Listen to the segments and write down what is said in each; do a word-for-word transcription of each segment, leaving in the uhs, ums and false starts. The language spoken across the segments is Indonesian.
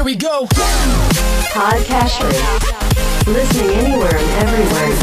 Here we go. Podcasters, listening anywhere and everywhere.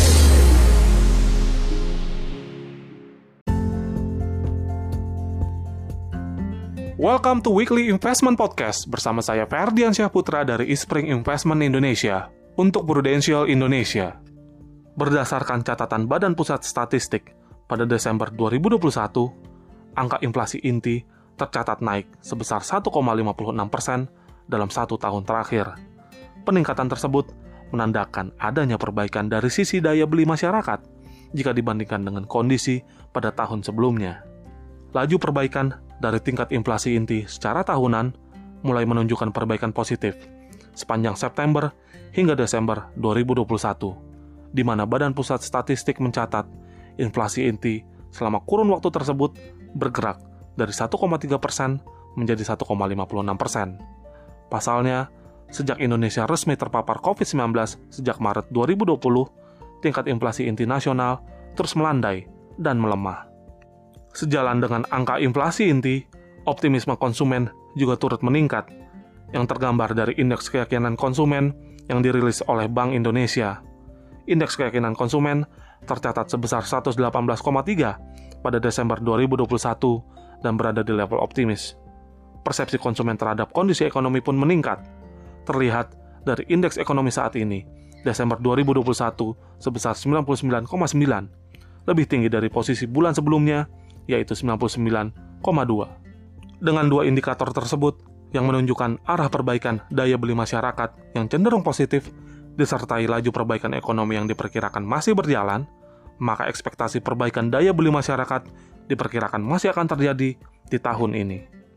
Welcome to Weekly Investment Podcast bersama saya Ferdiansyah Putra dari Eastspring Investment Indonesia untuk Prudential Indonesia. Berdasarkan catatan Badan Pusat Statistik, pada Desember dua ribu dua puluh satu, angka inflasi inti tercatat naik sebesar satu koma lima enam persen dalam satu tahun terakhir. Peningkatan tersebut menandakan adanya perbaikan dari sisi daya beli masyarakat jika dibandingkan dengan kondisi pada tahun sebelumnya. Laju perbaikan dari tingkat inflasi inti secara tahunan mulai menunjukkan perbaikan positif sepanjang September hingga Desember dua ribu dua puluh satu, di mana Badan Pusat Statistik mencatat inflasi inti selama kurun waktu tersebut bergerak dari satu koma tiga persen menjadi satu koma lima enam persen. Pasalnya, sejak Indonesia resmi terpapar covid sembilan belas sejak Maret dua ribu dua puluh, tingkat inflasi inti nasional terus melandai dan melemah. Sejalan dengan angka inflasi inti, optimisme konsumen juga turut meningkat, yang tergambar dari indeks keyakinan konsumen yang dirilis oleh Bank Indonesia. Indeks keyakinan konsumen tercatat sebesar seratus delapan belas koma tiga pada Desember dua ribu dua puluh satu dan berada di level optimis. Persepsi konsumen terhadap kondisi ekonomi pun meningkat. Terlihat dari indeks ekonomi saat ini, Desember dua ribu dua puluh satu sebesar sembilan puluh sembilan koma sembilan, lebih tinggi dari posisi bulan sebelumnya, yaitu sembilan puluh sembilan koma dua. Dengan dua indikator tersebut yang menunjukkan arah perbaikan daya beli masyarakat yang cenderung positif, disertai laju perbaikan ekonomi yang diperkirakan masih berjalan, maka ekspektasi perbaikan daya beli masyarakat diperkirakan masih akan terjadi di tahun ini.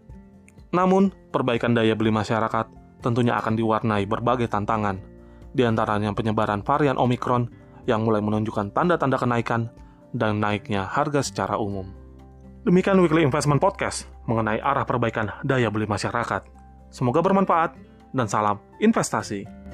Namun, perbaikan daya beli masyarakat tentunya akan diwarnai berbagai tantangan, di antaranya penyebaran varian Omikron yang mulai menunjukkan tanda-tanda kenaikan dan naiknya harga secara umum. Demikian Weekly Investment Podcast mengenai arah perbaikan daya beli masyarakat. Semoga bermanfaat dan salam investasi.